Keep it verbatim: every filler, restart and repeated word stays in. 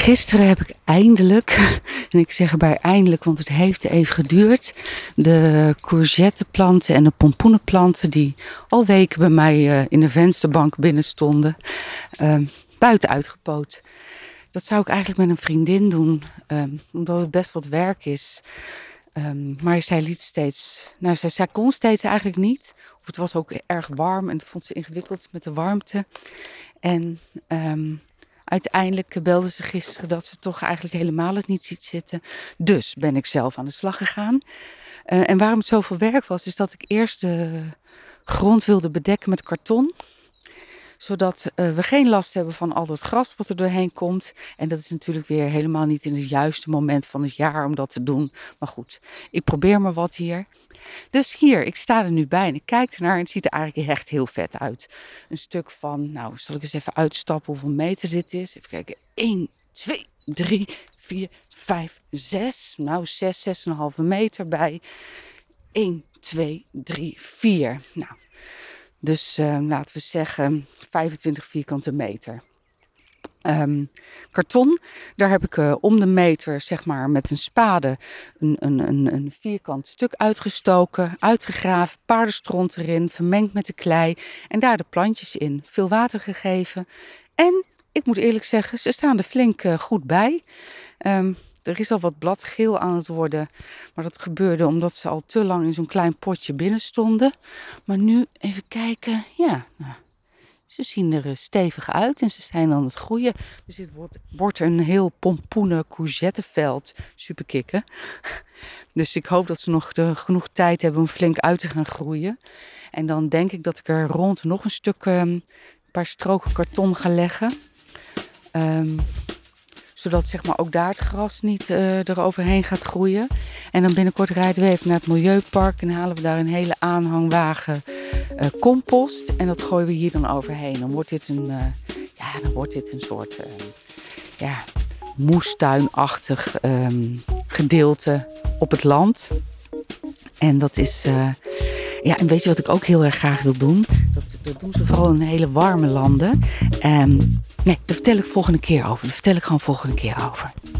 Gisteren heb ik eindelijk, en ik zeg erbij eindelijk, want het heeft even geduurd, de courgetteplanten en de pompoenenplanten die al weken bij mij uh, in de vensterbank binnen stonden, uh, buiten uitgepoot. Dat zou ik eigenlijk met een vriendin doen, um, omdat het best wat werk is. Um, maar zij liet steeds, nou zij, zij kon steeds eigenlijk niet. Of het was ook erg warm en dat vond ze ingewikkeld met de warmte. En um, uiteindelijk belde ze gisteren dat ze toch eigenlijk helemaal het niet ziet zitten. Dus ben ik zelf aan de slag gegaan. Uh, en waarom het zoveel werk was, is dat ik eerst de grond wilde bedekken met karton. Zodat uh, we geen last hebben van al dat gras wat er doorheen komt. En dat is natuurlijk weer helemaal niet in het juiste moment van het jaar om dat te doen. Maar goed, ik probeer maar wat hier. Dus hier, ik sta er nu bij en ik kijk ernaar en het ziet er eigenlijk echt heel vet uit. Een stuk van, nou zal ik eens even uitstappen hoeveel meter dit is. Even kijken, één, twee, drie, vier, vijf, zes. Nou, zes, zes en een halve meter bij. één, twee, drie, vier. Nou. Dus uh, laten we zeggen vijfentwintig vierkante meter. Um, karton, daar heb ik uh, om de meter zeg maar met een spade een, een, een, een vierkant stuk uitgestoken, uitgegraven, paardenstront erin, vermengd met de klei en daar de plantjes in. Veel water gegeven en ik moet eerlijk zeggen, ze staan er flink uh, goed bij. Um, Er is al wat bladgeel aan het worden, maar dat gebeurde omdat ze al te lang in zo'n klein potje binnen stonden. Maar nu even kijken, ja, nou, ze zien er stevig uit en ze zijn aan het groeien. Dus dit wordt, wordt een heel pompoenen courgetteveld, super kicken. Dus ik hoop dat ze nog de, genoeg tijd hebben om flink uit te gaan groeien. En dan denk ik dat ik er rond nog een stuk, um, een paar stroken karton ga leggen. Um, Zodat zeg maar, ook daar het gras niet uh, eroverheen gaat groeien. En dan binnenkort rijden we even naar het Milieupark. En halen we daar een hele aanhangwagen uh, compost. En dat gooien we hier dan overheen. Dan wordt dit een, uh, ja, dan wordt dit een soort uh, ja, moestuinachtig um, gedeelte op het land. En dat is... Uh, ja, en weet je wat ik ook heel erg graag wil doen? Dat, dat doen ze vooral in hele warme landen. Um, Nee, daar vertel ik volgende keer over. Daar vertel ik gewoon volgende keer over.